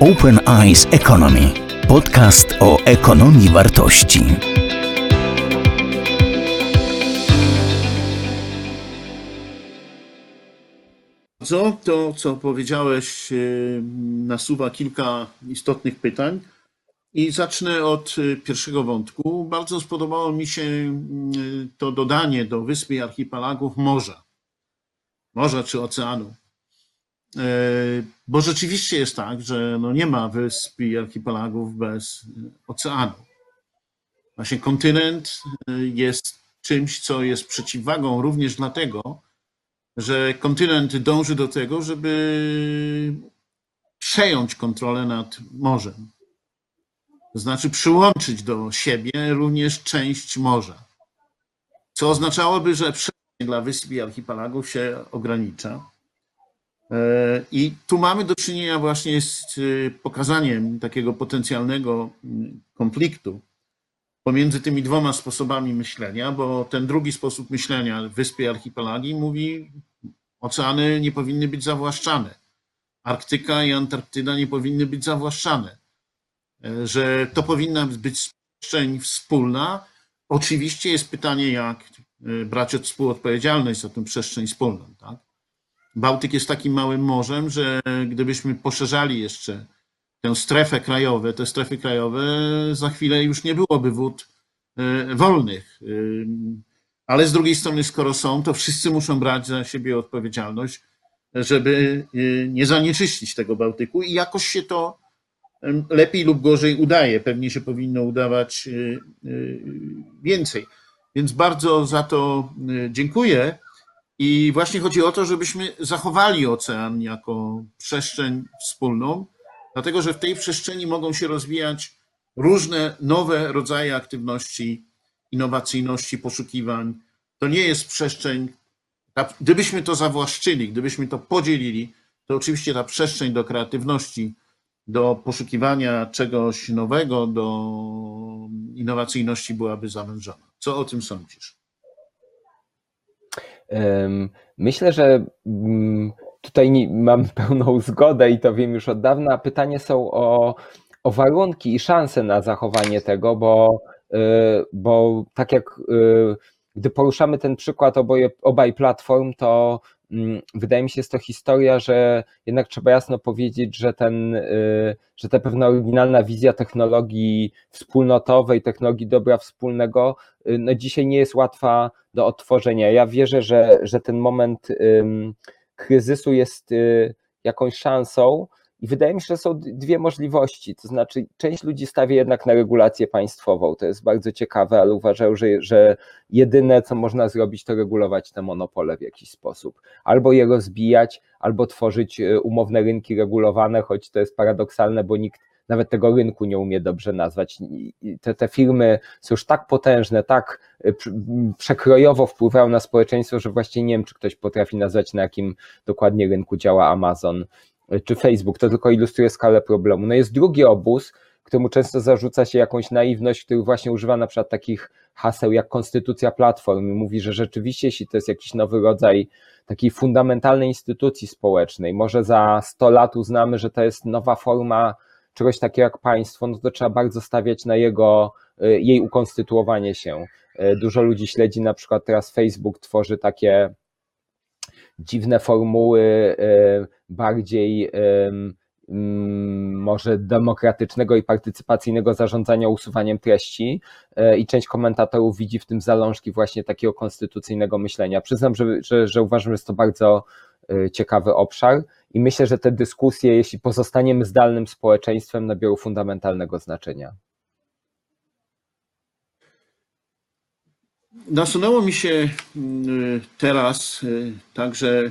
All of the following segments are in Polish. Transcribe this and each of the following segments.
Open Eyes Economy. Podcast o ekonomii wartości. To, co powiedziałeś, nasuwa kilka istotnych pytań i zacznę od pierwszego wątku. Bardzo spodobało mi się to dodanie do wyspy i archipelagów morza czy oceanu. Bo rzeczywiście jest tak, że nie ma wysp i archipelagów bez oceanu. Właśnie kontynent jest czymś, co jest przeciwwagą również dlatego, że kontynent dąży do tego, żeby przejąć kontrolę nad morzem. To znaczy przyłączyć do siebie również część morza. Co oznaczałoby, że przestrzeń dla wysp i archipelagów się ogranicza. I tu mamy do czynienia właśnie z pokazaniem takiego potencjalnego konfliktu pomiędzy tymi dwoma sposobami myślenia, bo ten drugi sposób myślenia, wyspy i archipelagi, mówi, oceany nie powinny być zawłaszczane. Arktyka i Antarktyda nie powinny być zawłaszczane. Że to powinna być przestrzeń wspólna. Oczywiście jest pytanie, jak brać współodpowiedzialność za tę przestrzeń wspólną. Tak? Bałtyk jest takim małym morzem, że gdybyśmy poszerzali jeszcze te strefy krajowe, za chwilę już nie byłoby wód wolnych. Ale z drugiej strony, skoro są, to wszyscy muszą brać za siebie odpowiedzialność, żeby nie zanieczyścić tego Bałtyku i jakoś się to lepiej lub gorzej udaje. Pewnie się powinno udawać więcej. Więc bardzo za to dziękuję. I właśnie chodzi o to, żebyśmy zachowali ocean jako przestrzeń wspólną, dlatego że w tej przestrzeni mogą się rozwijać różne nowe rodzaje aktywności, innowacyjności, poszukiwań. To nie jest przestrzeń, gdybyśmy to zawłaszczyli, gdybyśmy to podzielili, to oczywiście ta przestrzeń do kreatywności, do poszukiwania czegoś nowego, do innowacyjności byłaby zawężona. Co o tym sądzisz? Myślę, że tutaj mam pełną zgodę i to wiem już od dawna. Pytanie są o warunki i szanse na zachowanie tego, bo tak jak gdy poruszamy ten przykład obaj platform, to wydaje mi się, jest to historia, że jednak trzeba jasno powiedzieć, że ta pewna oryginalna wizja technologii wspólnotowej, technologii dobra wspólnego, dzisiaj nie jest łatwa do odtworzenia. Ja wierzę, że ten moment kryzysu jest jakąś szansą i wydaje mi się, że są dwie możliwości, to znaczy część ludzi stawia jednak na regulację państwową, to jest bardzo ciekawe, ale uważają, że jedyne co można zrobić to regulować te monopole w jakiś sposób, albo je rozbijać, albo tworzyć umowne rynki regulowane, choć to jest paradoksalne, bo nikt nawet tego rynku nie umie dobrze nazwać. Te firmy są już tak potężne, tak przekrojowo wpływają na społeczeństwo, że właściwie nie wiem, czy ktoś potrafi nazwać, na jakim dokładnie rynku działa Amazon czy Facebook. To tylko ilustruje skalę problemu. No jest drugi obóz, któremu często zarzuca się jakąś naiwność, który właśnie używa na przykład takich haseł jak konstytucja platform i mówi, że rzeczywiście jeśli to jest jakiś nowy rodzaj takiej fundamentalnej instytucji społecznej, może za 100 lat uznamy, że to jest nowa forma czegoś takiego jak państwo, no to trzeba bardzo stawiać na jej ukonstytuowanie się. Dużo ludzi śledzi, na przykład teraz Facebook tworzy takie dziwne formuły bardziej może demokratycznego i partycypacyjnego zarządzania usuwaniem treści i część komentatorów widzi w tym zalążki właśnie takiego konstytucyjnego myślenia. Przyznam, że uważam, że jest to bardzo ciekawy obszar i myślę, że te dyskusje, jeśli pozostaniemy zdalnym społeczeństwem, nabiorą fundamentalnego znaczenia. Nasunęło mi się teraz także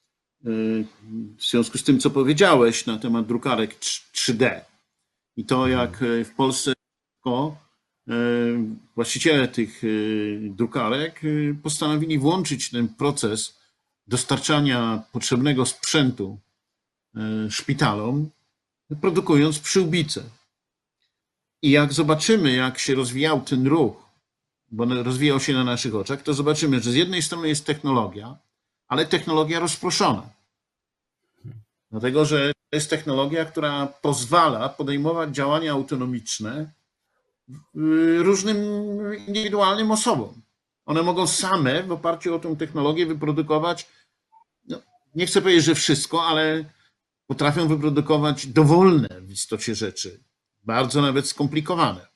w związku z tym, co powiedziałeś na temat drukarek 3D i to, jak w Polsce właściciele tych drukarek postanowili włączyć ten proces dostarczania potrzebnego sprzętu szpitalom, produkując przyłbice. I jak zobaczymy, jak się rozwijał ten ruch, bo rozwijał się na naszych oczach, to zobaczymy, że z jednej strony jest technologia, ale technologia rozproszona. Dlatego, że to jest technologia, która pozwala podejmować działania autonomiczne różnym indywidualnym osobom. One mogą same w oparciu o tę technologię wyprodukować, no, nie chcę powiedzieć, że wszystko, ale potrafią wyprodukować dowolne w istocie rzeczy, bardzo nawet skomplikowane.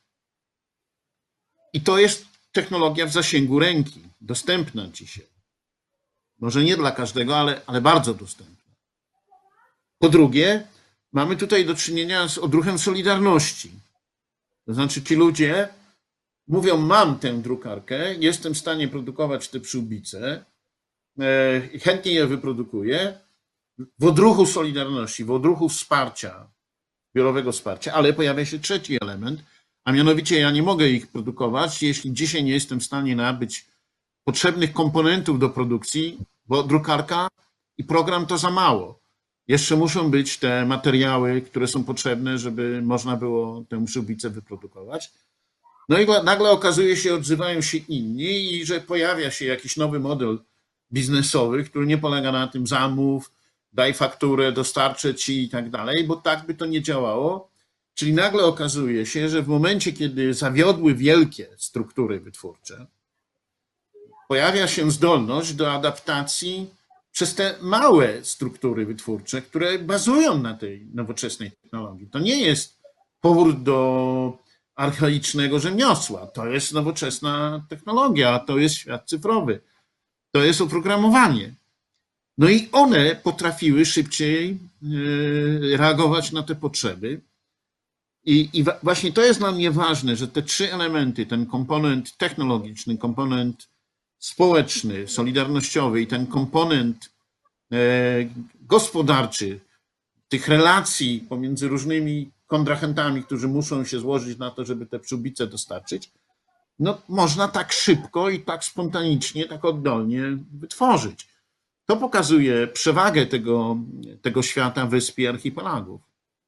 I to jest technologia w zasięgu ręki, dostępna dzisiaj. Może nie dla każdego, ale bardzo dostępna. Po drugie, mamy tutaj do czynienia z odruchem solidarności. To znaczy ci ludzie mówią, mam tę drukarkę, jestem w stanie produkować te przyłbice, chętnie je wyprodukuję, w odruchu solidarności, w odruchu wsparcia, zbiorowego wsparcia, ale pojawia się trzeci element, a mianowicie ja nie mogę ich produkować, jeśli dzisiaj nie jestem w stanie nabyć potrzebnych komponentów do produkcji, bo drukarka i program to za mało. Jeszcze muszą być te materiały, które są potrzebne, żeby można było tę przyłbicę wyprodukować. No i nagle okazuje się, odzywają się inni i że pojawia się jakiś nowy model biznesowy, który nie polega na tym zamów, daj fakturę, dostarczę ci i tak dalej, bo tak by to nie działało. Czyli nagle okazuje się, że w momencie, kiedy zawiodły wielkie struktury wytwórcze, pojawia się zdolność do adaptacji przez te małe struktury wytwórcze, które bazują na tej nowoczesnej technologii. To nie jest powrót do archaicznego rzemiosła, to jest nowoczesna technologia, to jest świat cyfrowy, to jest oprogramowanie. No i one potrafiły szybciej reagować na te potrzeby. I właśnie to jest dla mnie ważne, że te trzy elementy, ten komponent technologiczny, komponent społeczny, solidarnościowy i ten komponent gospodarczy, tych relacji pomiędzy różnymi kontrahentami, którzy muszą się złożyć na to, żeby te przyłbice dostarczyć, no można tak szybko i tak spontanicznie, tak oddolnie wytworzyć. To pokazuje przewagę tego świata wysp i archipelagów.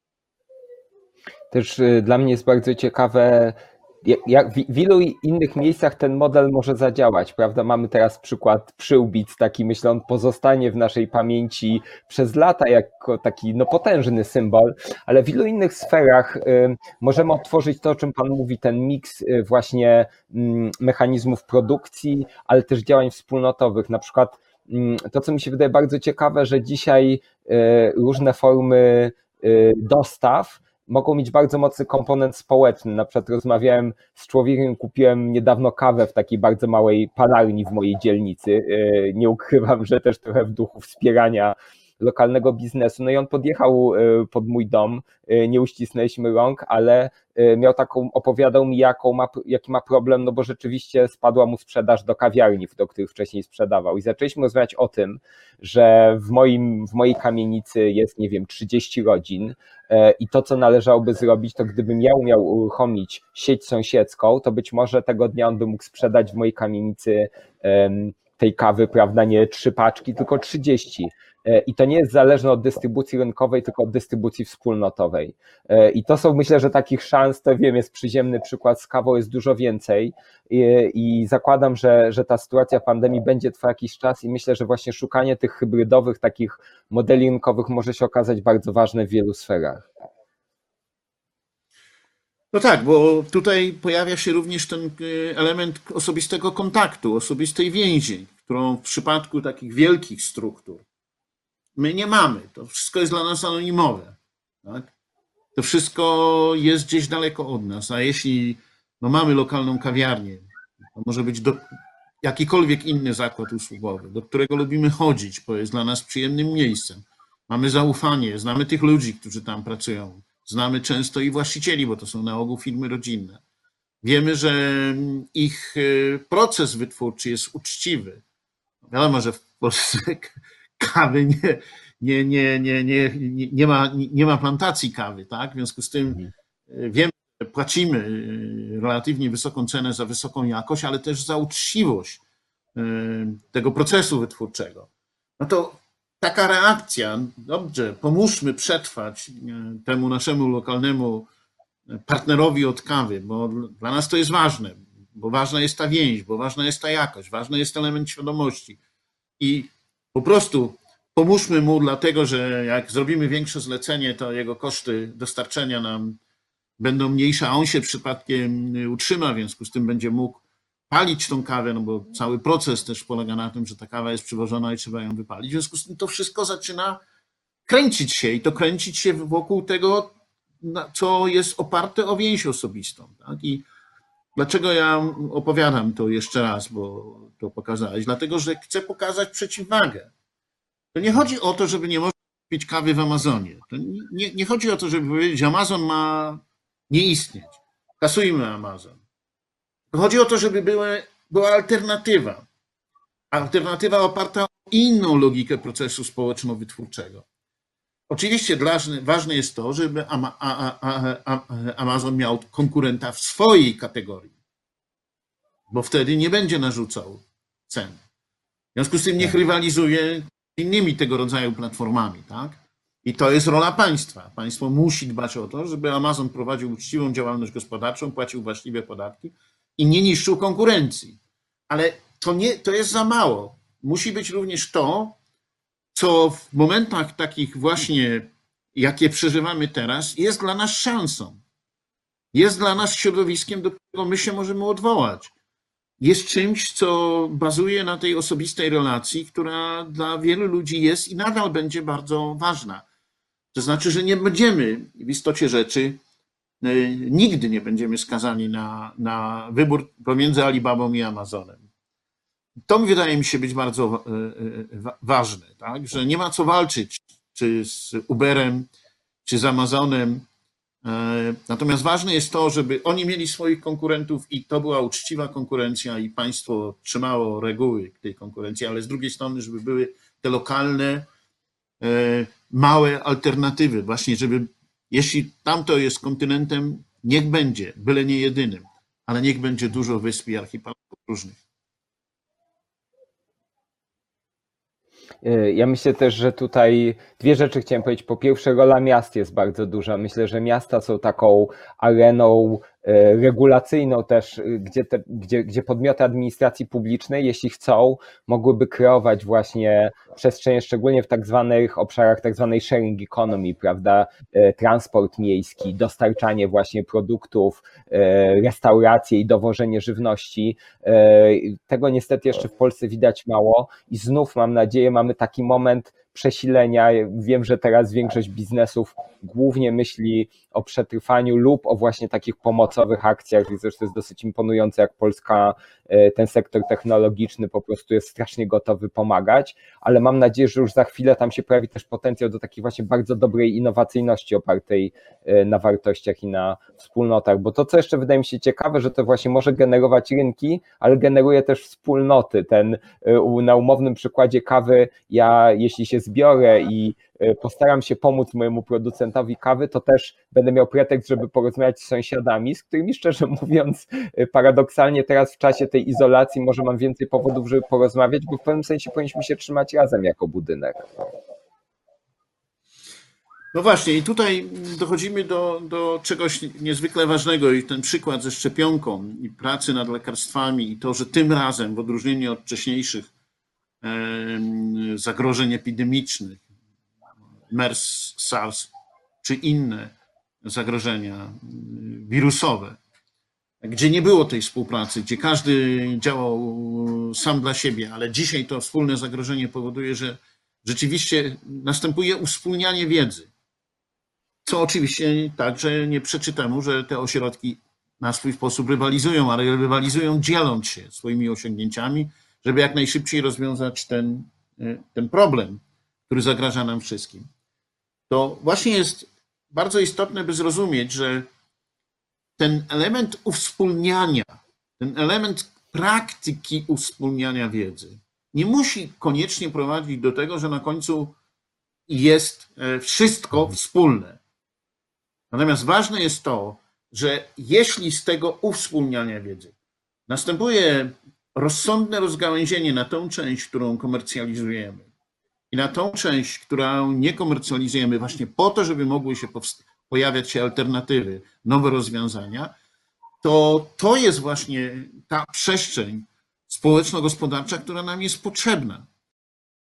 Też dla mnie jest bardzo ciekawe, jak w ilu innych miejscach ten model może zadziałać, prawda? Mamy teraz przykład przyłbic, taki myślę, on pozostanie w naszej pamięci przez lata jako taki potężny symbol, ale w ilu innych sferach możemy odtworzyć to, o czym Pan mówi, ten miks właśnie mechanizmów produkcji, ale też działań wspólnotowych. Na przykład to, co mi się wydaje bardzo ciekawe, że dzisiaj różne formy dostaw mogą mieć bardzo mocny komponent społeczny. Na przykład rozmawiałem z człowiekiem, kupiłem niedawno kawę w takiej bardzo małej palarni w mojej dzielnicy. Nie ukrywam, że też trochę w duchu wspierania lokalnego biznesu. No i on podjechał pod mój dom, nie uścisnęliśmy rąk, ale opowiadał mi, jaki ma problem, no bo rzeczywiście spadła mu sprzedaż do kawiarni, do których wcześniej sprzedawał. I zaczęliśmy rozmawiać o tym, że w mojej kamienicy jest, nie wiem, 30 rodzin i to, co należałoby zrobić, to gdybym ja umiał uruchomić sieć sąsiedzką, to być może tego dnia on by mógł sprzedać w mojej kamienicy tej kawy, prawda, nie 3 paczki, tylko 30. I to nie jest zależne od dystrybucji rynkowej, tylko od dystrybucji wspólnotowej. I to są, myślę, że takich szans, to wiem, jest przyziemny przykład, z kawą jest dużo więcej i zakładam, że ta sytuacja pandemii będzie trwała jakiś czas i myślę, że właśnie szukanie tych hybrydowych, takich modeli rynkowych może się okazać bardzo ważne w wielu sferach. No tak, bo tutaj pojawia się również ten element osobistego kontaktu, osobistej więzi, którą w przypadku takich wielkich struktur my nie mamy. To wszystko jest dla nas anonimowe. Tak? To wszystko jest gdzieś daleko od nas, a jeśli mamy lokalną kawiarnię, to może być jakikolwiek inny zakład usługowy, do którego lubimy chodzić, bo jest dla nas przyjemnym miejscem. Mamy zaufanie, znamy tych ludzi, którzy tam pracują. Znamy często i właścicieli, bo to są na ogół firmy rodzinne. Wiemy, że ich proces wytwórczy jest uczciwy. Wiadomo, że w Polsce kawy nie ma plantacji kawy, tak? W związku z tym wiemy, że płacimy relatywnie wysoką cenę za wysoką jakość, ale też za uczciwość tego procesu wytwórczego. No to taka reakcja, dobrze, pomóżmy przetrwać temu naszemu lokalnemu partnerowi od kawy, bo dla nas to jest ważne, bo ważna jest ta więź, bo ważna jest ta jakość, ważny jest element świadomości. I po prostu pomóżmy mu, dlatego że jak zrobimy większe zlecenie, to jego koszty dostarczenia nam będą mniejsze, a on się przypadkiem utrzyma, w związku z tym będzie mógł palić tą kawę, no bo cały proces też polega na tym, że ta kawa jest przywożona i trzeba ją wypalić. W związku z tym to wszystko zaczyna kręcić się i to kręcić się wokół tego, co jest oparte o więź osobistą. Tak? I dlaczego ja opowiadam to jeszcze raz, bo to pokazałeś? Dlatego, że chcę pokazać przeciwwagę. To nie chodzi o to, żeby nie można pić kawy w Amazonie. To nie chodzi o to, żeby powiedzieć, że Amazon ma nie istnieć. Kasujmy Amazon. To chodzi o to, żeby była alternatywa. Alternatywa oparta o inną logikę procesu społeczno-wytwórczego. Oczywiście ważne jest to, żeby Amazon miał konkurenta w swojej kategorii, bo wtedy nie będzie narzucał cen. W związku z tym niech rywalizuje z innymi tego rodzaju platformami, tak? I to jest rola państwa. Państwo musi dbać o to, żeby Amazon prowadził uczciwą działalność gospodarczą, płacił właściwe podatki i nie niszczył konkurencji. Ale to jest za mało. Musi być również to, co w momentach takich właśnie, jakie przeżywamy teraz, jest dla nas szansą. Jest dla nas środowiskiem, do którego my się możemy odwołać. Jest czymś, co bazuje na tej osobistej relacji, która dla wielu ludzi jest i nadal będzie bardzo ważna. To znaczy, że nie będziemy w istocie rzeczy, nigdy nie będziemy skazani na wybór pomiędzy Alibabą i Amazonem. To wydaje mi się być bardzo ważne, tak? Że nie ma co walczyć czy z Uberem, czy z Amazonem. Natomiast ważne jest to, żeby oni mieli swoich konkurentów i to była uczciwa konkurencja i państwo trzymało reguły tej konkurencji, ale z drugiej strony, żeby były te lokalne, małe alternatywy. Właśnie, żeby jeśli tamto jest kontynentem, niech będzie, byle nie jedynym, ale niech będzie dużo wysp i archipelagów różnych. Ja myślę też, że tutaj dwie rzeczy chciałem powiedzieć. Po pierwsze, rola miast jest bardzo duża. Myślę, że miasta są taką areną regulacyjną też, gdzie podmioty administracji publicznej, jeśli chcą, mogłyby kreować właśnie przestrzenie, szczególnie w tak zwanych obszarach tak zwanej sharing economy, prawda, transport miejski, dostarczanie właśnie produktów, restauracje i dowożenie żywności. Tego niestety jeszcze w Polsce widać mało i znów mam nadzieję, mamy taki moment przesilenia. Wiem, że teraz większość biznesów głównie myśli o przetrwaniu lub o właśnie takich pomocowych akcjach i zresztą jest dosyć imponujące, jak Polska, ten sektor technologiczny po prostu jest strasznie gotowy pomagać, ale mam nadzieję, że już za chwilę tam się pojawi też potencjał do takiej właśnie bardzo dobrej innowacyjności opartej na wartościach i na wspólnotach, bo to, co jeszcze wydaje mi się ciekawe, że to właśnie może generować rynki, ale generuje też wspólnoty. Na umownym przykładzie kawy, ja jeśli się zbiorę i postaram się pomóc mojemu producentowi kawy, to też będę miał pretekst, żeby porozmawiać z sąsiadami, z którymi szczerze mówiąc paradoksalnie teraz w czasie tej izolacji może mam więcej powodów, żeby porozmawiać, bo w pewnym sensie powinniśmy się trzymać razem jako budynek. No właśnie i tutaj dochodzimy do czegoś niezwykle ważnego i ten przykład ze szczepionką i pracy nad lekarstwami i to, że tym razem w odróżnieniu od wcześniejszych zagrożeń epidemicznych, MERS, SARS czy inne zagrożenia wirusowe, gdzie nie było tej współpracy, gdzie każdy działał sam dla siebie, ale dzisiaj to wspólne zagrożenie powoduje, że rzeczywiście następuje uwspólnianie wiedzy, co oczywiście także nie przeczy temu, że te ośrodki na swój sposób rywalizują, ale rywalizują dzieląc się swoimi osiągnięciami, żeby jak najszybciej rozwiązać ten problem, który zagraża nam wszystkim. To właśnie jest bardzo istotne, by zrozumieć, że ten element uwspólniania, ten element praktyki uwspólniania wiedzy nie musi koniecznie prowadzić do tego, że na końcu jest wszystko wspólne. Natomiast ważne jest to, że jeśli z tego uwspólniania wiedzy następuje rozsądne rozgałęzienie na tą część, którą komercjalizujemy i na tą część, którą nie komercjalizujemy właśnie po to, żeby mogły się pojawiać się alternatywy, nowe rozwiązania, to jest właśnie ta przestrzeń społeczno-gospodarcza, która nam jest potrzebna.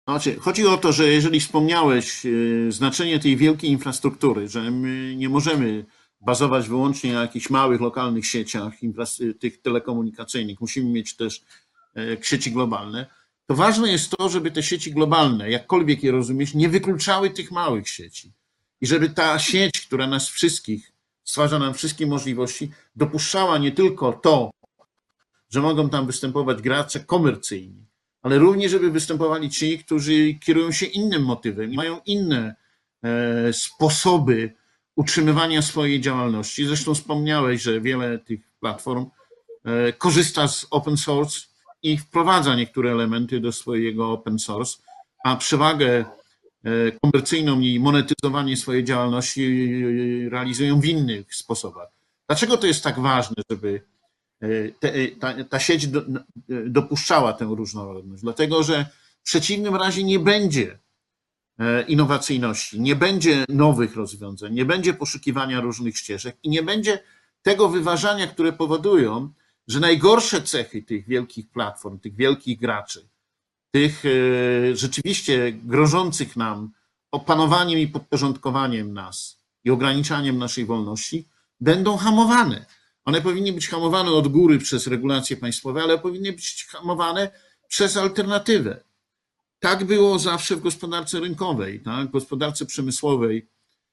Znaczy, chodzi o to, że jeżeli wspomniałeś znaczenie tej wielkiej infrastruktury, że my nie możemy bazować wyłącznie na jakichś małych, lokalnych sieciach tych telekomunikacyjnych, musimy mieć też sieci globalne, to ważne jest to, żeby te sieci globalne, jakkolwiek je rozumieć, nie wykluczały tych małych sieci. I żeby ta sieć, która nas wszystkich, stwarza nam wszystkie możliwości, dopuszczała nie tylko to, że mogą tam występować gracze komercyjni, ale również, żeby występowali ci, którzy kierują się innym motywem i mają inne sposoby utrzymywania swojej działalności. Zresztą wspomniałeś, że wiele tych platform korzysta z open source i wprowadza niektóre elementy do swojego open source, a przewagę komercyjną i monetyzowanie swojej działalności realizują w innych sposobach. Dlaczego to jest tak ważne, żeby ta sieć dopuszczała tę różnorodność? Dlatego, że w przeciwnym razie nie będzie innowacyjności, nie będzie nowych rozwiązań, nie będzie poszukiwania różnych ścieżek i nie będzie tego wyważania, które powodują, że najgorsze cechy tych wielkich platform, tych wielkich graczy, tych rzeczywiście grożących nam opanowaniem i podporządkowaniem nas i ograniczaniem naszej wolności, będą hamowane. One powinny być hamowane od góry przez regulacje państwowe, ale powinny być hamowane przez alternatywę. Tak było zawsze w gospodarce rynkowej, tak? W gospodarce przemysłowej.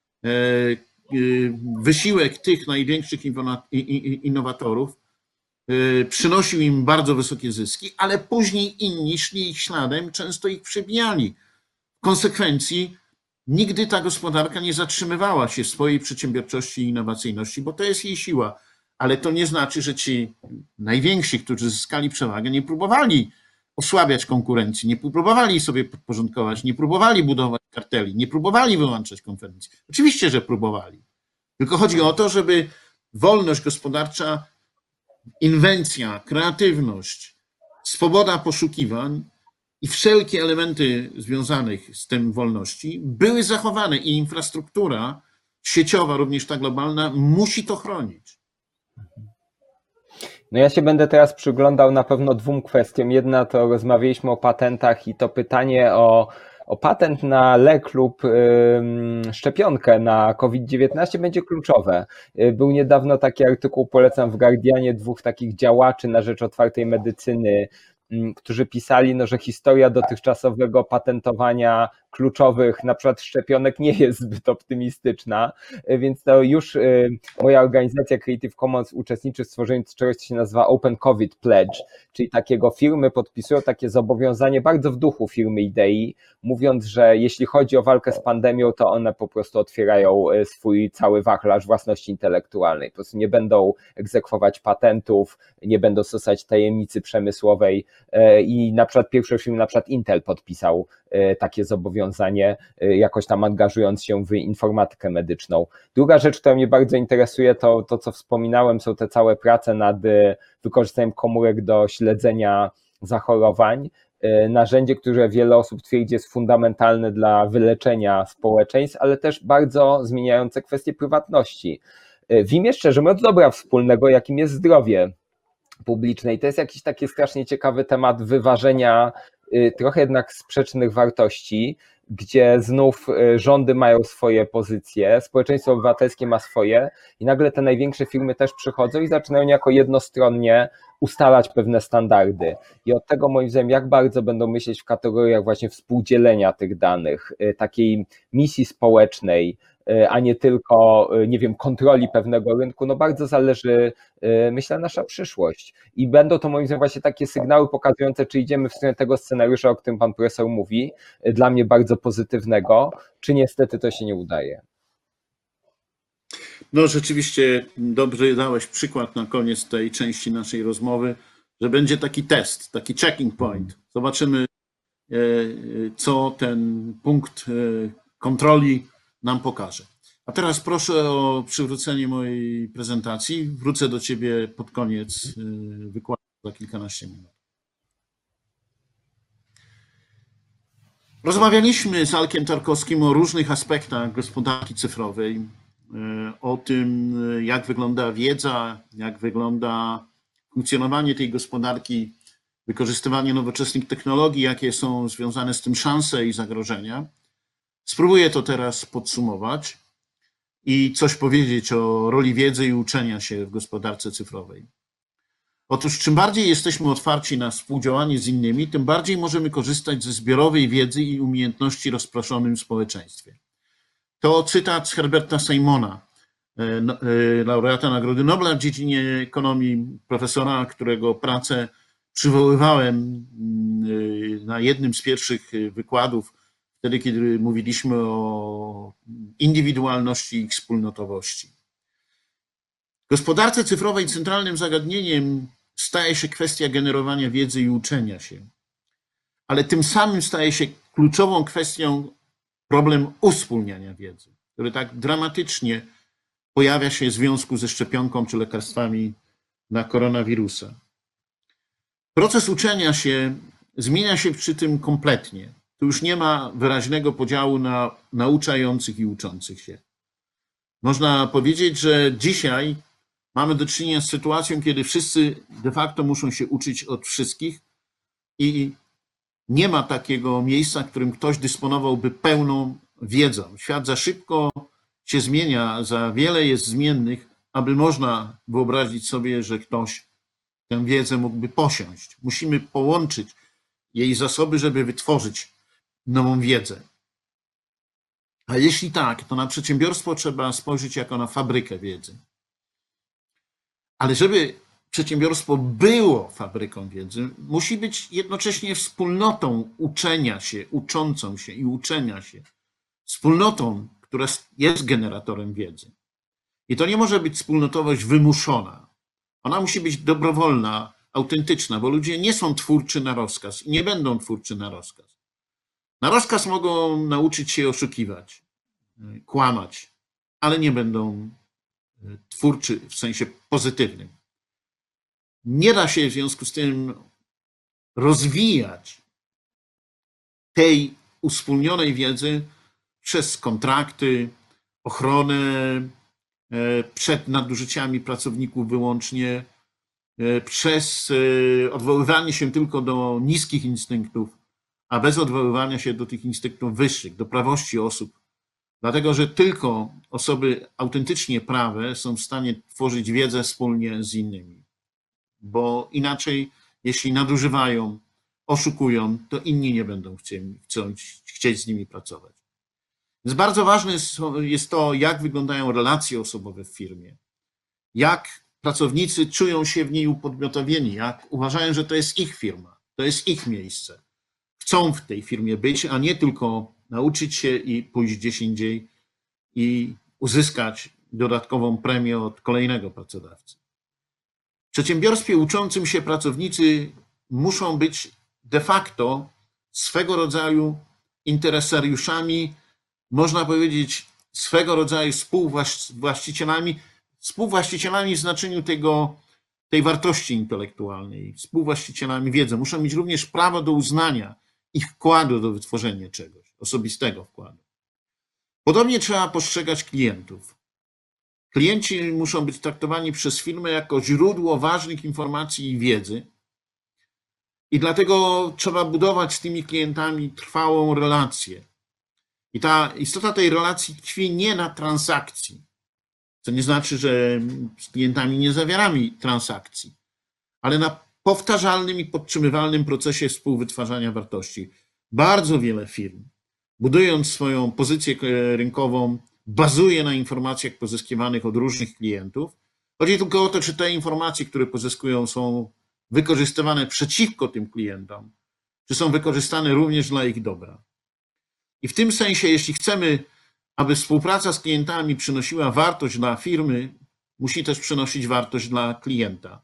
Wysiłek tych największych innowatorów przynosił im bardzo wysokie zyski, ale później inni szli ich śladem, często ich przebijali. W konsekwencji nigdy ta gospodarka nie zatrzymywała się w swojej przedsiębiorczości i innowacyjności, bo to jest jej siła. Ale to nie znaczy, że ci najwięksi, którzy zyskali przewagę, nie próbowali osłabiać konkurencji, nie próbowali sobie podporządkować, nie próbowali budować karteli, nie próbowali wyłączać konkurencji. Oczywiście, że próbowali. Tylko chodzi o to, żeby wolność gospodarcza, inwencja, kreatywność, swoboda poszukiwań i wszelkie elementy związanych z tym wolności były zachowane i infrastruktura sieciowa, również ta globalna, musi to chronić. No ja się będę teraz przyglądał na pewno dwóm kwestiom. Jedna to rozmawialiśmy o patentach i to pytanie o patent na lek lub szczepionkę na COVID-19 będzie kluczowe. Był niedawno taki artykuł, polecam, w Guardianie, dwóch takich działaczy na rzecz otwartej medycyny, którzy pisali, no, że historia dotychczasowego patentowania kluczowych na przykład szczepionek nie jest zbyt optymistyczna, więc to już moja organizacja Creative Commons uczestniczy w stworzeniu czegoś, co się nazywa Open COVID Pledge, czyli takiego firmy podpisują takie zobowiązanie bardzo w duchu firmy idei, mówiąc, że jeśli chodzi o walkę z pandemią, to one po prostu otwierają swój cały wachlarz własności intelektualnej. Po prostu nie będą egzekwować patentów, nie będą stosować tajemnicy przemysłowej i na przykład pierwszy film, na przykład Intel podpisał takie zobowiązanie, jakoś tam angażując się w informatykę medyczną. Druga rzecz, która mnie bardzo interesuje, to co wspominałem, są te całe prace nad wykorzystaniem komórek do śledzenia zachorowań. Narzędzie, które wiele osób twierdzi jest fundamentalne dla wyleczenia społeczeństw, ale też bardzo zmieniające kwestie prywatności. W imię, szczerze mówiąc, dobra wspólnego, jakim jest zdrowie publiczne. I to jest jakiś taki strasznie ciekawy temat wyważenia trochę jednak sprzecznych wartości, gdzie znów rządy mają swoje pozycje, społeczeństwo obywatelskie ma swoje i nagle te największe firmy też przychodzą i zaczynają niejako jednostronnie ustalać pewne standardy. I od tego moim zdaniem, jak bardzo będą myśleć w kategoriach właśnie współdzielenia tych danych, takiej misji społecznej, a nie tylko, nie wiem, kontroli pewnego rynku, no bardzo zależy, myślę, nasza przyszłość. I będą to moim zdaniem właśnie takie sygnały pokazujące, czy idziemy w stronę tego scenariusza, o którym pan profesor mówi, dla mnie bardzo pozytywnego, czy niestety to się nie udaje. No rzeczywiście dobrze dałeś przykład na koniec tej części naszej rozmowy, że będzie taki test, taki checking point. Zobaczymy, co ten punkt kontroli nam pokaże. A teraz proszę o przywrócenie mojej prezentacji. Wrócę do ciebie pod koniec wykładu za kilkanaście minut. Rozmawialiśmy z Alkiem Tarkowskim o różnych aspektach gospodarki cyfrowej, o tym, jak wygląda wiedza, jak wygląda funkcjonowanie tej gospodarki wykorzystywanie nowoczesnych technologii, jakie są związane z tym szanse i zagrożenia. Spróbuję to teraz podsumować i coś powiedzieć o roli wiedzy i uczenia się w gospodarce cyfrowej. Otóż czym bardziej jesteśmy otwarci na współdziałanie z innymi, tym bardziej możemy korzystać ze zbiorowej wiedzy i umiejętności w rozproszonym społeczeństwie. To cytat z Herberta Simona, laureata Nagrody Nobla w dziedzinie ekonomii, profesora, którego pracę przywoływałem na jednym z pierwszych wykładów, wtedy kiedy mówiliśmy o indywidualności i wspólnotowości. W gospodarce cyfrowej centralnym zagadnieniem staje się kwestia generowania wiedzy i uczenia się, ale tym samym staje się kluczową kwestią problem uwspólniania wiedzy, który tak dramatycznie pojawia się w związku ze szczepionką czy lekarstwami na koronawirusa. Proces uczenia się zmienia się przy tym kompletnie. Tu już nie ma wyraźnego podziału na nauczających i uczących się. Można powiedzieć, że dzisiaj mamy do czynienia z sytuacją, kiedy wszyscy de facto muszą się uczyć od wszystkich i nie ma takiego miejsca, w którym ktoś dysponowałby pełną wiedzą. Świat za szybko się zmienia, za wiele jest zmiennych, aby można wyobrazić sobie, że ktoś tę wiedzę mógłby posiąść. Musimy połączyć jej zasoby, żeby wytworzyć nową wiedzę. A jeśli tak, to na przedsiębiorstwo trzeba spojrzeć jako na fabrykę wiedzy. Ale żeby przedsiębiorstwo było fabryką wiedzy, musi być jednocześnie wspólnotą uczenia się, uczącą się i uczenia się. Wspólnotą, która jest generatorem wiedzy. I to nie może być wspólnotowość wymuszona. Ona musi być dobrowolna, autentyczna, bo ludzie nie są twórczy na rozkaz i nie będą twórczy na rozkaz. Na rozkaz mogą nauczyć się oszukiwać, kłamać, ale nie będą twórczy w sensie pozytywnym. Nie da się w związku z tym rozwijać tej uwspólnionej wiedzy przez kontrakty, ochronę przed nadużyciami pracowników wyłącznie, przez odwoływanie się tylko do niskich instynktów, a bez odwoływania się do tych instynktów wyższych, do prawości osób. Dlatego, że tylko osoby autentycznie prawe są w stanie tworzyć wiedzę wspólnie z innymi. Bo inaczej, jeśli nadużywają, oszukują, to inni nie będą chcieć z nimi pracować. Więc bardzo ważne jest to, jak wyglądają relacje osobowe w firmie, jak pracownicy czują się w niej upodmiotowieni, jak uważają, że to jest ich firma, to jest ich miejsce. Chcą w tej firmie być, a nie tylko nauczyć się i pójść gdzieś indziej i uzyskać dodatkową premię od kolejnego pracodawcy. W przedsiębiorstwie uczącym się pracownicy muszą być de facto swego rodzaju interesariuszami, można powiedzieć swego rodzaju współwłaścicielami w znaczeniu tej wartości intelektualnej, współwłaścicielami wiedzy. Muszą mieć również prawo do uznania ich wkładu do wytworzenia czegoś, osobistego wkładu. Podobnie trzeba postrzegać klientów. Klienci muszą być traktowani przez firmę jako źródło ważnych informacji i wiedzy i dlatego trzeba budować z tymi klientami trwałą relację. I ta istota tej relacji tkwi nie na transakcji, co nie znaczy, że z klientami nie zawieramy transakcji, ale na powtarzalnym i podtrzymywalnym procesie współwytwarzania wartości. Bardzo wiele firm, budując swoją pozycję rynkową, bazuje na informacjach pozyskiwanych od różnych klientów. Chodzi tylko o to, czy te informacje, które pozyskują, są wykorzystywane przeciwko tym klientom, czy są wykorzystane również dla ich dobra. I w tym sensie, jeśli chcemy, aby współpraca z klientami przynosiła wartość dla firmy, musi też przynosić wartość dla klienta.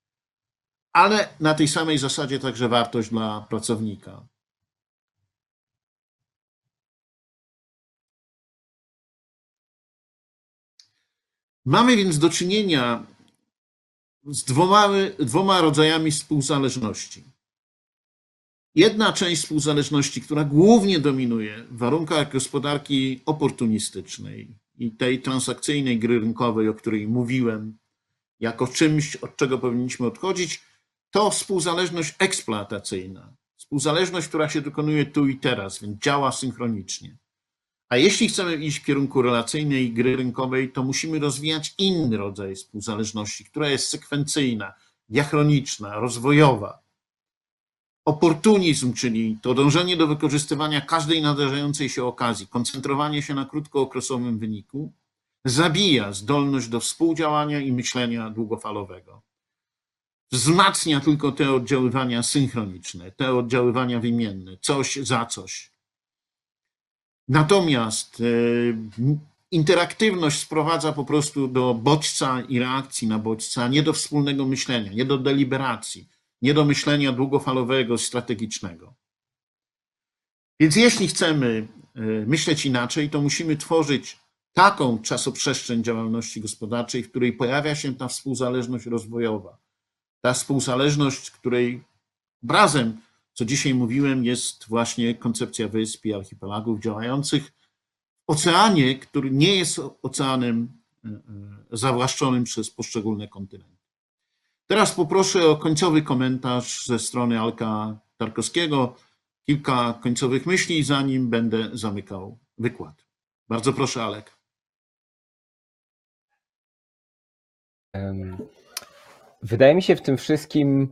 Ale na tej samej zasadzie także wartość dla pracownika. Mamy więc do czynienia z dwoma rodzajami współzależności. Jedna część współzależności, która głównie dominuje w warunkach gospodarki oportunistycznej i tej transakcyjnej gry rynkowej, o której mówiłem, jako czymś, od czego powinniśmy odchodzić, to współzależność eksploatacyjna, współzależność, która się dokonuje tu i teraz, więc działa synchronicznie. A jeśli chcemy iść w kierunku relacyjnej gry rynkowej, to musimy rozwijać inny rodzaj współzależności, która jest sekwencyjna, diachroniczna, rozwojowa. Oportunizm, czyli to dążenie do wykorzystywania każdej nadarzającej się okazji, koncentrowanie się na krótkookresowym wyniku, zabija zdolność do współdziałania i myślenia długofalowego. Wzmacnia tylko te oddziaływania synchroniczne, te oddziaływania wymienne, coś za coś. Natomiast interaktywność sprowadza po prostu do bodźca i reakcji na bodźca, nie do wspólnego myślenia, nie do deliberacji, nie do myślenia długofalowego, strategicznego. Więc jeśli chcemy myśleć inaczej, to musimy tworzyć taką czasoprzestrzeń działalności gospodarczej, w której pojawia się ta współzależność rozwojowa. Ta współzależność, której obrazem, co dzisiaj mówiłem, jest właśnie koncepcja wysp i archipelagów działających w oceanie, który nie jest oceanem zawłaszczonym przez poszczególne kontynenty. Teraz poproszę o końcowy komentarz ze strony Alka Tarkowskiego, kilka końcowych myśli, zanim będę zamykał wykład. Bardzo proszę, Alek. Wydaje mi się w tym wszystkim,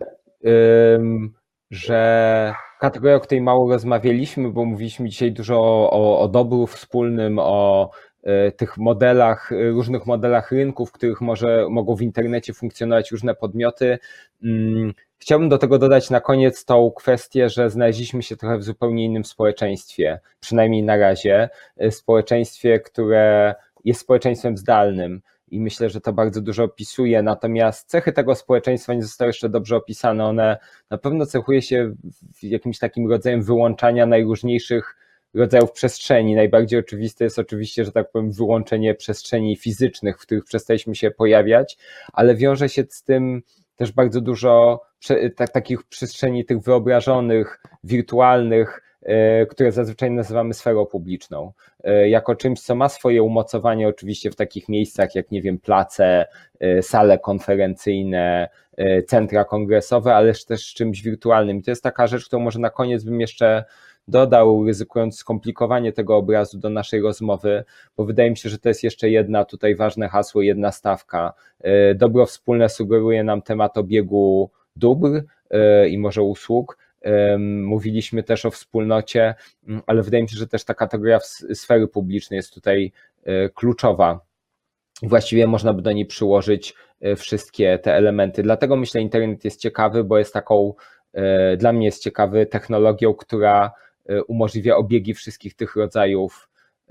że kategoria, o której mało rozmawialiśmy, bo mówiliśmy dzisiaj dużo o dobru wspólnym, o tych modelach, różnych modelach rynków, w których mogą w internecie funkcjonować różne podmioty. Chciałbym do tego dodać na koniec tą kwestię, że znaleźliśmy się trochę w zupełnie innym społeczeństwie, przynajmniej na razie, społeczeństwie, które jest społeczeństwem zdalnym. I myślę, że to bardzo dużo opisuje, natomiast cechy tego społeczeństwa nie zostały jeszcze dobrze opisane. One na pewno cechuje się jakimś takim rodzajem wyłączania najróżniejszych rodzajów przestrzeni. Najbardziej oczywiste jest oczywiście, że tak powiem, wyłączenie przestrzeni fizycznych, w których przestaliśmy się pojawiać, ale wiąże się z tym też bardzo dużo takich przestrzeni tych wyobrażonych, wirtualnych, które zazwyczaj nazywamy sferą publiczną, jako czymś, co ma swoje umocowanie oczywiście w takich miejscach jak, nie wiem, place, sale konferencyjne, centra kongresowe, ale też czymś wirtualnym. I to jest taka rzecz, którą może na koniec bym jeszcze dodał, ryzykując skomplikowanie tego obrazu do naszej rozmowy, bo wydaje mi się, że to jest jeszcze jedna tutaj ważne hasło, jedna stawka. Dobro wspólne sugeruje nam temat obiegu dóbr i może usług. Mówiliśmy też o wspólnocie, ale wydaje mi się, że też ta kategoria sfery publicznej jest tutaj kluczowa. Właściwie można by do niej przyłożyć wszystkie te elementy. Dlatego myślę, internet jest ciekawy, bo jest taką, dla mnie jest ciekawy technologią, która umożliwia obiegi wszystkich tych rodzajów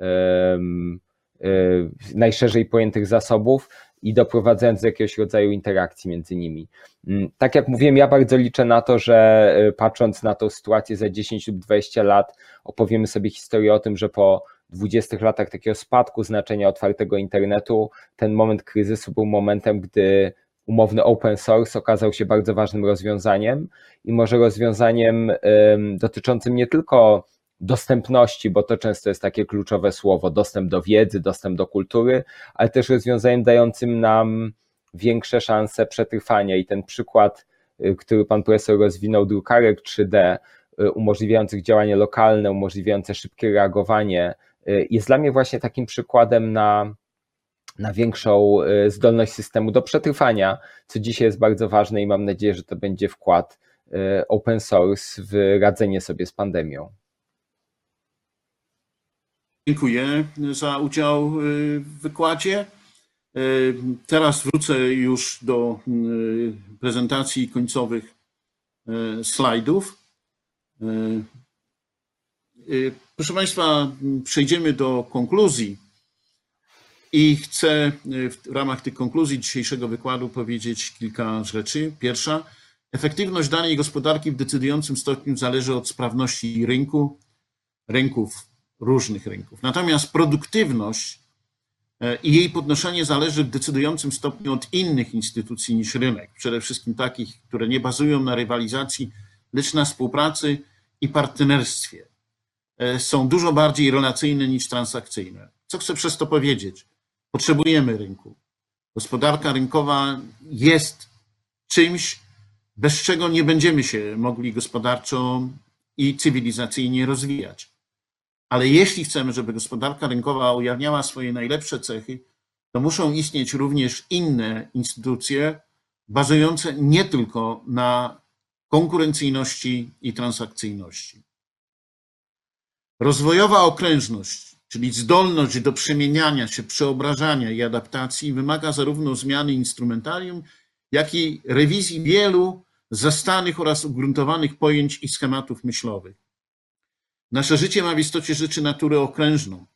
najszerzej pojętych zasobów i doprowadzając do jakiegoś rodzaju interakcji między nimi. Tak jak mówiłem, ja bardzo liczę na to, że patrząc na tą sytuację za 10 lub 20 lat, opowiemy sobie historię o tym, że po 20 latach takiego spadku znaczenia otwartego internetu, ten moment kryzysu był momentem, gdy umowny open source okazał się bardzo ważnym rozwiązaniem i może rozwiązaniem dotyczącym nie tylko dostępności, bo to często jest takie kluczowe słowo, dostęp do wiedzy, dostęp do kultury, ale też rozwiązaniem dającym nam większe szanse przetrwania. I ten przykład, który pan profesor rozwinął, drukarek 3D, umożliwiających działanie lokalne, umożliwiające szybkie reagowanie, jest dla mnie właśnie takim przykładem na większą zdolność systemu do przetrwania, co dzisiaj jest bardzo ważne i mam nadzieję, że to będzie wkład open source w radzenie sobie z pandemią. Dziękuję za udział w wykładzie. Teraz wrócę już do prezentacji końcowych slajdów. Proszę Państwa, przejdziemy do konkluzji i chcę w ramach tych konkluzji dzisiejszego wykładu powiedzieć kilka rzeczy. Pierwsza, efektywność danej gospodarki w decydującym stopniu zależy od sprawności różnych rynków. Natomiast produktywność i jej podnoszenie zależy w decydującym stopniu od innych instytucji niż rynek. Przede wszystkim takich, które nie bazują na rywalizacji, lecz na współpracy i partnerstwie. Są dużo bardziej relacyjne niż transakcyjne. Co chcę przez to powiedzieć? Potrzebujemy rynku. Gospodarka rynkowa jest czymś, bez czego nie będziemy się mogli gospodarczo i cywilizacyjnie rozwijać. Ale jeśli chcemy, żeby gospodarka rynkowa ujawniała swoje najlepsze cechy, to muszą istnieć również inne instytucje bazujące nie tylko na konkurencyjności i transakcyjności. Rozwojowa okrężność, czyli zdolność do przemieniania się, przeobrażania i adaptacji, wymaga zarówno zmiany instrumentarium, jak i rewizji wielu zastanych oraz ugruntowanych pojęć i schematów myślowych. Nasze życie ma w istocie rzeczy naturę okrężną.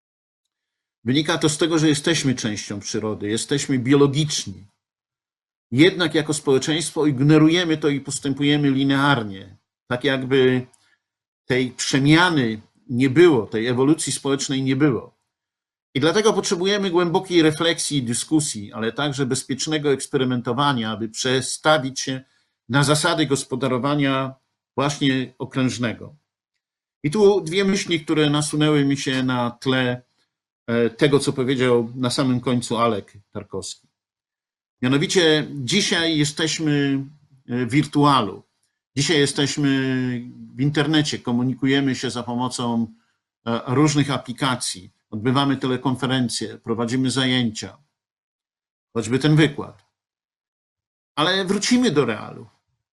Wynika to z tego, że jesteśmy częścią przyrody, jesteśmy biologiczni. Jednak jako społeczeństwo ignorujemy to i postępujemy linearnie, tak jakby tej przemiany nie było, tej ewolucji społecznej nie było. I dlatego potrzebujemy głębokiej refleksji i dyskusji, ale także bezpiecznego eksperymentowania, aby przestawić się na zasady gospodarowania właśnie okrężnego. I tu dwie myśli, które nasunęły mi się na tle tego, co powiedział na samym końcu Alek Tarkowski. Mianowicie dzisiaj jesteśmy w wirtualu. Dzisiaj jesteśmy w internecie, komunikujemy się za pomocą różnych aplikacji, odbywamy telekonferencje, prowadzimy zajęcia, choćby ten wykład. Ale wrócimy do realu.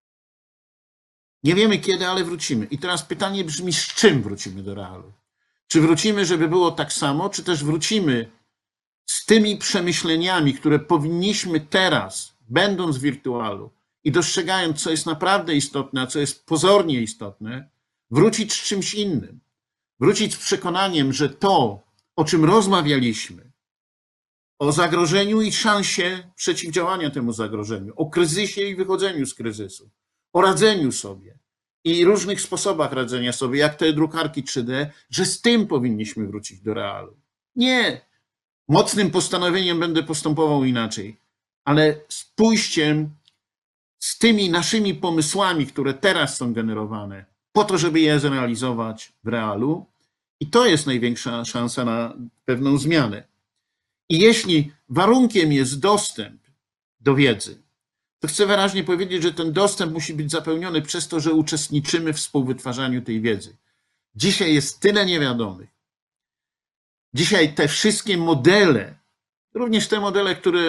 Nie wiemy kiedy, ale wrócimy. I teraz pytanie brzmi, z czym wrócimy do realu? Czy wrócimy, żeby było tak samo, czy też wrócimy z tymi przemyśleniami, które powinniśmy teraz, będąc w wirtualu i dostrzegając, co jest naprawdę istotne, a co jest pozornie istotne, wrócić z czymś innym. Wrócić z przekonaniem, że to, o czym rozmawialiśmy, o zagrożeniu i szansie przeciwdziałania temu zagrożeniu, o kryzysie i wychodzeniu z kryzysu, o radzeniu sobie i różnych sposobach radzenia sobie, jak te drukarki 3D, że z tym powinniśmy wrócić do realu. Nie mocnym postanowieniem będę postępował inaczej, ale z pójściem z tymi naszymi pomysłami, które teraz są generowane, po to, żeby je zrealizować w realu. I to jest największa szansa na pewną zmianę. I jeśli warunkiem jest dostęp do wiedzy, to chcę wyraźnie powiedzieć, że ten dostęp musi być zapełniony przez to, że uczestniczymy w współwytwarzaniu tej wiedzy. Dzisiaj jest tyle niewiadomych. Dzisiaj te wszystkie modele, również te modele, które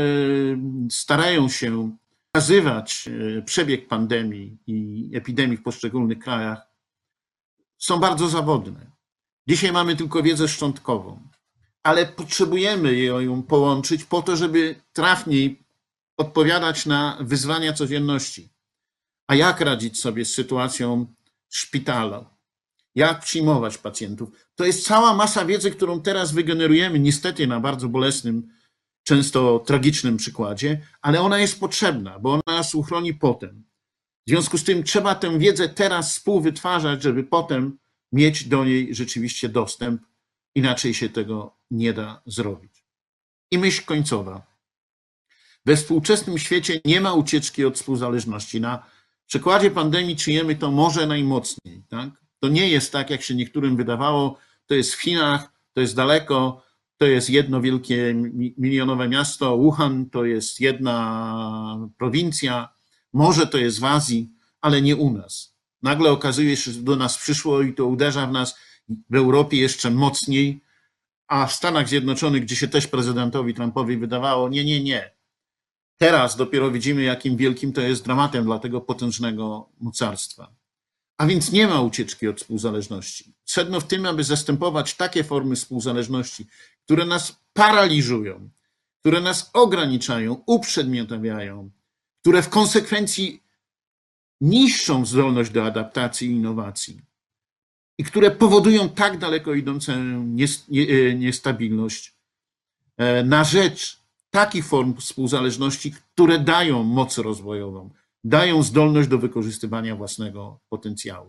starają się pokazywać przebieg pandemii i epidemii w poszczególnych krajach, są bardzo zawodne. Dzisiaj mamy tylko wiedzę szczątkową, ale potrzebujemy ją połączyć po to, żeby trafniej odpowiadać na wyzwania codzienności. A jak radzić sobie z sytuacją szpitala? Jak przyjmować pacjentów? To jest cała masa wiedzy, którą teraz wygenerujemy, niestety na bardzo bolesnym, często tragicznym przykładzie, ale ona jest potrzebna, bo ona nas uchroni potem. W związku z tym trzeba tę wiedzę teraz współwytwarzać, żeby potem mieć do niej rzeczywiście dostęp. Inaczej się tego nie da zrobić. I myśl końcowa. We współczesnym świecie nie ma ucieczki od współzależności. Na przykładzie pandemii czujemy to może najmocniej. Tak? To nie jest tak, jak się niektórym wydawało, to jest w Chinach, to jest daleko, to jest jedno wielkie milionowe miasto, Wuhan to jest jedna prowincja, może to jest w Azji, ale nie u nas. Nagle okazuje się, że do nas przyszło i to uderza w nas w Europie jeszcze mocniej, a w Stanach Zjednoczonych, gdzie się też prezydentowi Trumpowi wydawało, nie. Teraz dopiero widzimy, jakim wielkim to jest dramatem dla tego potężnego mocarstwa. A więc nie ma ucieczki od współzależności. Sedno w tym, aby zastępować takie formy współzależności, które nas paraliżują, które nas ograniczają, uprzedmiotawiają, które w konsekwencji niszczą zdolność do adaptacji i innowacji i które powodują tak daleko idącą niestabilność na rzecz takich form współzależności, które dają moc rozwojową, dają zdolność do wykorzystywania własnego potencjału.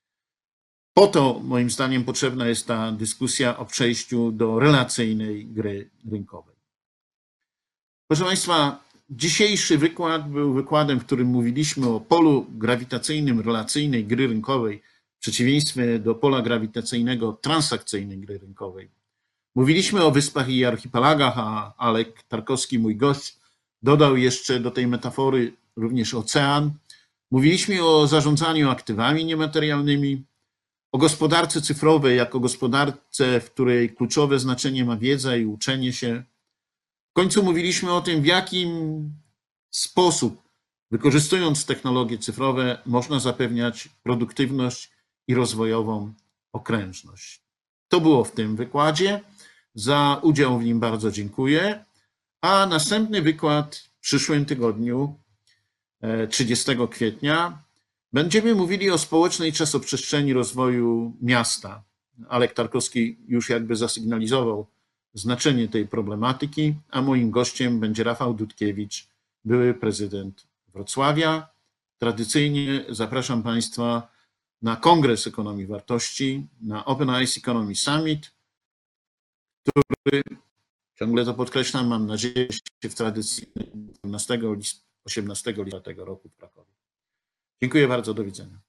Po to, moim zdaniem, potrzebna jest ta dyskusja o przejściu do relacyjnej gry rynkowej. Proszę Państwa, dzisiejszy wykład był wykładem, w którym mówiliśmy o polu grawitacyjnym relacyjnej gry rynkowej w przeciwieństwie do pola grawitacyjnego transakcyjnej gry rynkowej. Mówiliśmy o wyspach i archipelagach, a Alek Tarkowski, mój gość, dodał jeszcze do tej metafory również ocean, Mówiliśmy o zarządzaniu aktywami niematerialnymi, o gospodarce cyfrowej jako gospodarce, w której kluczowe znaczenie ma wiedza i uczenie się. W końcu mówiliśmy o tym, w jakim sposób, wykorzystując technologie cyfrowe, można zapewniać produktywność i rozwojową okrężność. To było w tym wykładzie. Za udział w nim bardzo dziękuję. A następny wykład w przyszłym tygodniu, 30 kwietnia, będziemy mówili o społecznej czasoprzestrzeni rozwoju miasta. Alek Tarkowski już jakby zasygnalizował znaczenie tej problematyki, a moim gościem będzie Rafał Dudkiewicz, były prezydent Wrocławia. Tradycyjnie zapraszam Państwa na Kongres Ekonomii Wartości, na Open Eyes Economy Summit, który, ciągle to podkreślam, mam nadzieję, się w tradycji 18 listopada tego roku w Krakowie. Dziękuję bardzo, do widzenia.